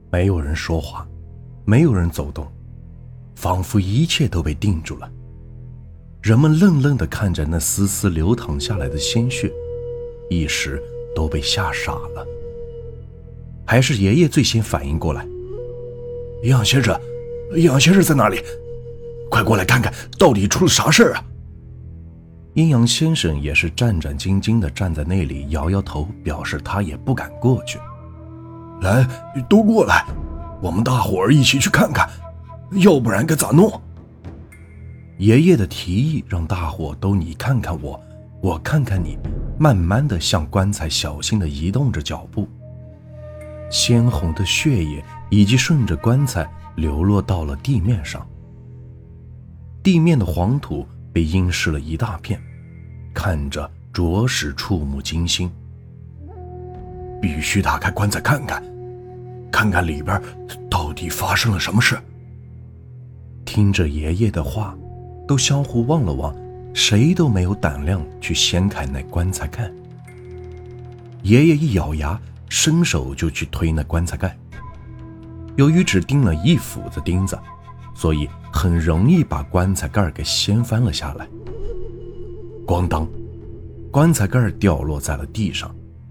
没有人说话，没有人走动，仿佛一切都被定住了。人们愣愣地看着那丝丝流淌下来的鲜血，一时都被吓傻了。还是爷爷最先反应过来， 阴阳先生，阴阳先生在哪里？快过来看看，到底出了啥事啊？ 阴阳先生也是战战兢兢地站在那里，摇摇头，表示他也不敢过去。 来，都过来，我们大伙儿一起去看看，要不然该咋弄？ 爷爷的提议让大伙都你看看我，我看看你，慢慢地向棺材小心地移动着脚步。鲜红的血液已经顺着棺材流落到了地面上，地面的黄土被阴湿了一大片，看着着实触目惊心。 必须打开棺材看看，看看里边到底发生了什么事。 听着爷爷的话，都相互望了望，谁都没有胆量去掀开那棺材盖。爷爷一咬牙，伸手就去推那棺材盖。由于只钉了一斧子钉子，所以很容易把棺材盖给掀翻了下来。咣当，棺材盖掉落在了地上。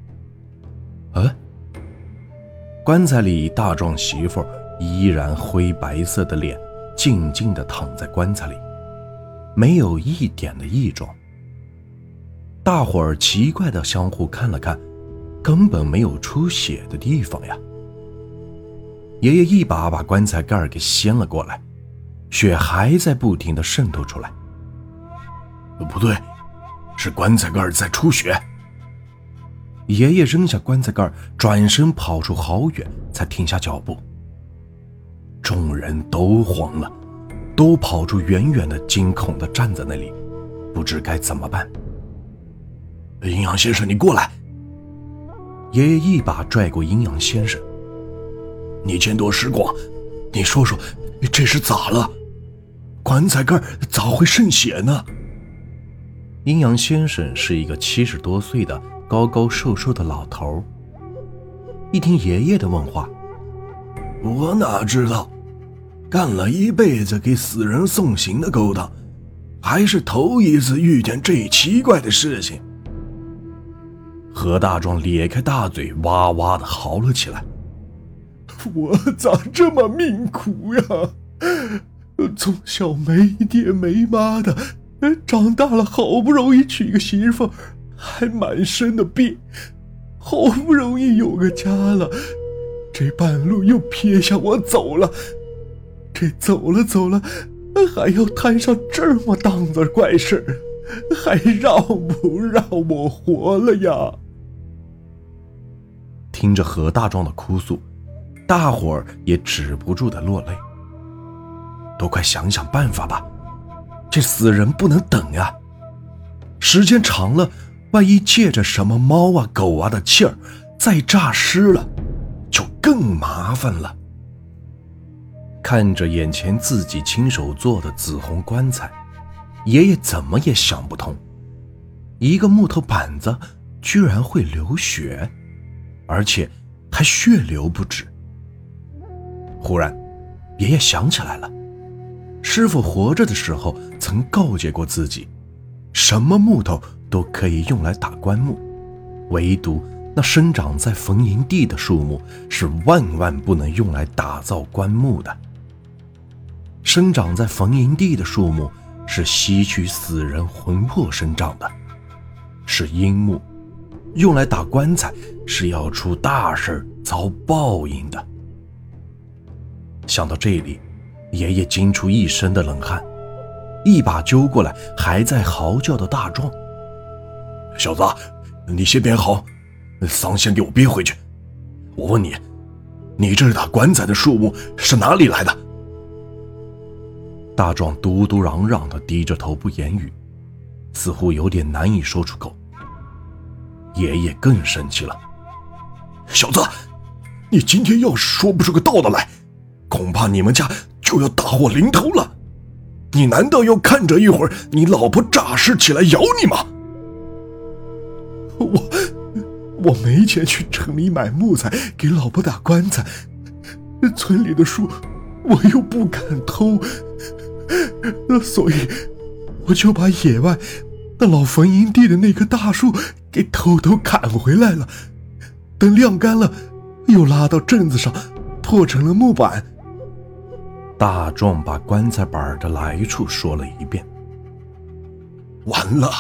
棺材里大壮媳妇依然灰白色的脸静静地躺在棺材里，没有一点的异状。大伙儿奇怪地相互看了看，根本没有出血的地方呀。爷爷一把把棺材盖给掀了过来，血还在不停地渗透出来。 不对，是棺材盖在出血。 爷爷扔下棺材盖，转身跑出好远，才停下脚步。众人都慌了，都跑出远远的，惊恐地站在那里，不知该怎么办。 阴阳先生，你过来！ 爷爷一把拽过阴阳先生。 你见多识广，你说说，这是咋了？棺材盖咋会渗血呢？ 阴阳先生是一个70多岁的高高瘦瘦的老头，一听爷爷的问话， 我哪知道，干了一辈子给死人送行的勾当，还是头一次遇见这奇怪的事情。 何大壮咧开大嘴，哇哇地嚎了起来。 我咋这么命苦呀？从小没爹没妈的，长大了好不容易娶个媳妇，还满身的病，好不容易有个家了，这半路又撇下我走了，这走了还要摊上这么档子怪事，还让不让我活了呀？ 听着何大壮的哭诉，大伙儿也止不住的落泪。都快想想办法吧，这死人不能等呀，时间长了，万一借着什么猫啊狗啊的气儿再诈尸了，就更麻烦了。看着眼前自己亲手做的紫红棺材，爷爷怎么也想不通，一个木头板子居然会流血，而且还血流不止。忽然爷爷想起来了，师傅活着的时候曾告诫过自己，什么木头都可以用来打棺木，唯独那生长在坟茔地的树木是万万不能用来打造棺木的。生长在坟茔地的树木是吸取死人魂魄生长的，是阴木，用来打棺材是要出大事遭报应的。想到这里，爷爷惊出一身的冷汗，一把揪过来还在嚎叫的大壮。 小子，你先别嚎，丧先给我憋回去。我问你，你这打棺材的树木是哪里来的？ 大壮嘟嘟嚷嚷地低着头不言语，似乎有点难以说出口。爷爷更生气了。 小子，你今天要是说不出个道道来，恐怕你们家就要大祸临头了。你难道要看着一会儿你老婆诈尸起来咬你吗？ 我没钱去城里买木材给老婆打棺材， 村里的树我又不敢偷，所以我就把野外那老坟营地的那棵大树给偷偷砍回来了，等晾干了又拉到镇子上破成了木板。 大壮把棺材板的来处说了一遍。 完了！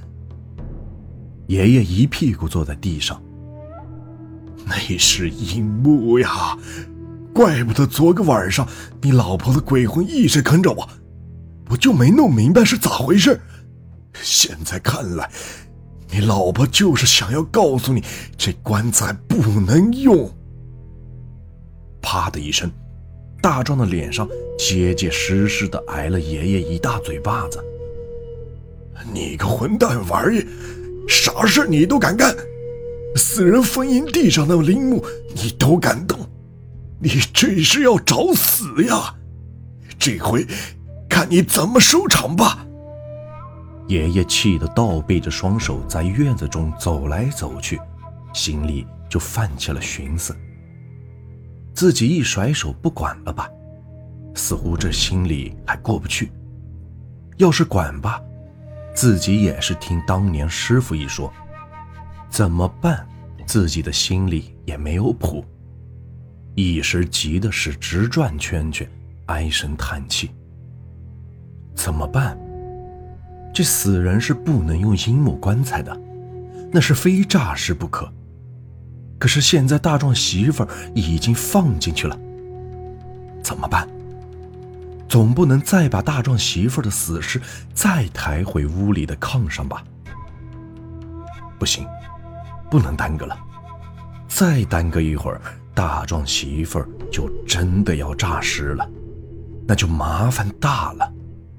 爷爷一屁股坐在地上。 那是阴木呀，怪不得昨个晚上你老婆的鬼魂一直跟着我就没弄明白是咋回事。现在看来，你老婆就是想要告诉你，这棺材不能用。 啪的一声，大壮的脸上结结实实的挨了爷爷一大嘴巴子。 你个混蛋玩意，啥事你都敢干，死人坟营地上的陵墓你都敢动，你这是要找死呀！这回看你怎么收场吧！ 爷爷气得倒背着双手在院子中走来走去，心里就泛起了寻思。自己一甩手不管了吧，似乎这心里还过不去。要是管吧，自己也是听当年师傅一说，怎么办自己的心里也没有谱。一时急的是直转圈圈，唉声叹气。怎么办？这死人是不能用阴木棺材的，那是非诈尸不可。可是现在大壮媳妇儿已经放进去了，怎么办？总不能再把大壮媳妇儿的死尸再抬回屋里的炕上吧？不行，不能耽搁了，再耽搁一会儿，大壮媳妇儿就真的要诈尸了，那就麻烦大了。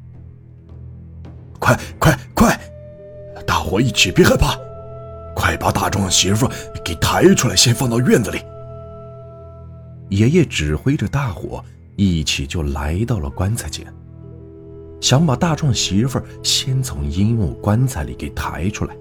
快！大伙一起别害怕，快把大壮媳妇给抬出来，先放到院子里。 爷爷指挥着大伙一起就来到了棺材前，想把大壮媳妇先从阴木棺材里给抬出来。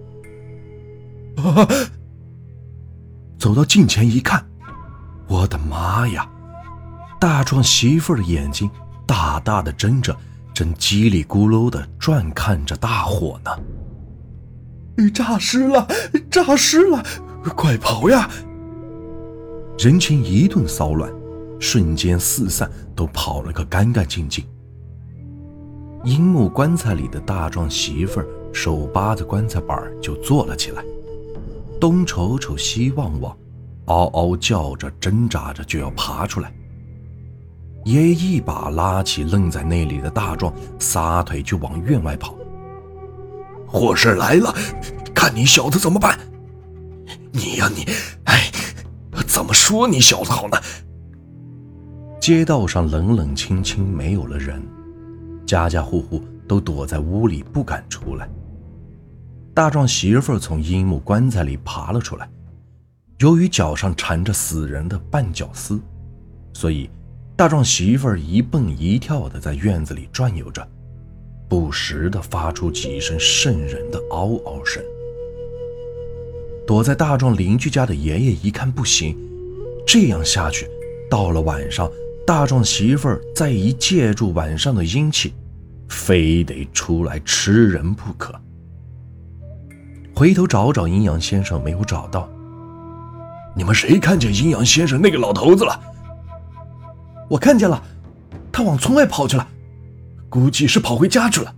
走到近前一看，我的妈呀！大壮媳妇的眼睛大大的睁着，正叽里咕噜的转看着大伙呢。 诈尸了，快跑呀！ 人群一顿骚乱，瞬间四散，都跑了个干干净净。阴木棺材里的大壮媳妇儿手扒着棺材板就坐了起来，东瞅瞅西望望，嗷嗷叫着挣扎着就要爬出来。爷爷一把拉起愣在那里的大壮，撒腿就往院外跑。 祸事来了，看你小子怎么办！你，怎么说你小子好呢？ 街道上冷冷清清，没有了人，家家户户都躲在屋里不敢出来。大壮媳妇儿从阴木棺材里爬了出来，由于脚上缠着死人的绊脚丝，所以大壮媳妇儿一蹦一跳的在院子里转悠着，不时地发出几声瘆人的嗷嗷声。躲在大壮邻居家的爷爷一看不行，这样下去，到了晚上，大壮媳妇儿再一借助晚上的阴气，非得出来吃人不可。回头找阴阳先生没有找到。 你们谁看见阴阳先生那个老头子了？ 我看见了，他往村外跑去了，估计是跑回家去了。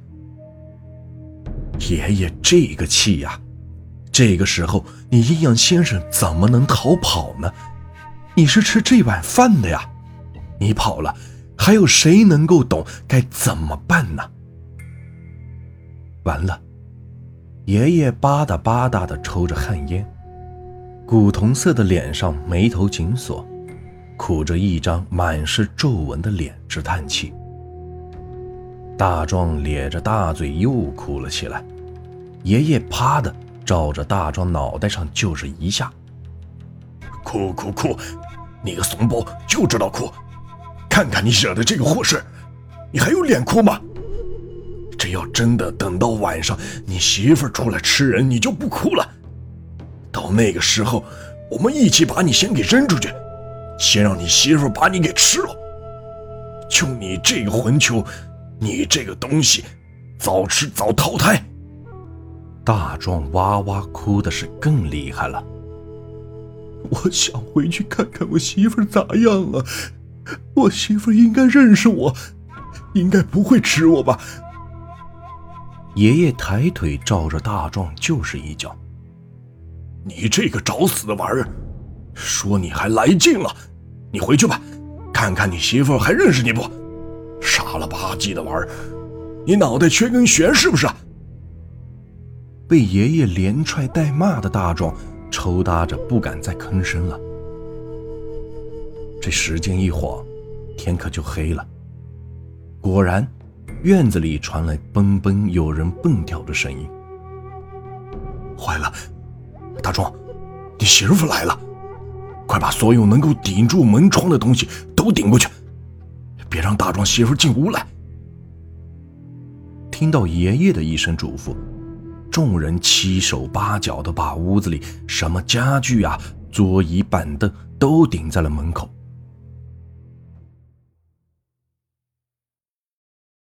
爷爷这个气呀！这个时候你阴阳先生怎么能逃跑呢？你是吃这碗饭的呀，你跑了，还有谁能够懂该怎么办呢？完了，爷爷吧嗒吧嗒地抽着旱烟，古铜色的脸上眉头紧锁，苦着一张满是皱纹的脸直叹气。大壮咧着大嘴又哭了起来，爷爷啪的照着大壮脑袋上就是一下。 哭，你个怂包就知道哭，看看你惹的这个祸事，你还有脸哭吗？这要真的等到晚上你媳妇儿出来吃人，你就不哭了。到那个时候，我们一起把你先给扔出去， 先让你媳妇把你给吃了。就你这个混球，你这个东西，早吃早淘汰。 大壮哇哇哭的是更厉害了。 我想回去看看我媳妇咋样了，我媳妇应该认识我，应该不会吃我吧。 爷爷抬腿照着大壮就是一脚。 你这个找死的玩意儿，说你还来劲了，你回去吧，看看你媳妇还认识你不？傻了吧唧的玩意儿，你脑袋缺根弦是不是？ 被爷爷连踹带骂的大壮抽搭着不敢再吭声了。这时间一晃，天可就黑了。果然，院子里传来嘣嘣有人蹦跳的声音。 坏了，大壮，你媳妇来了，快把所有能够顶住门窗的东西都顶过去，别让大壮媳妇进屋来。 听到爷爷的一声嘱咐，众人七手八脚地把屋子里什么家具啊、桌椅板凳都顶在了门口。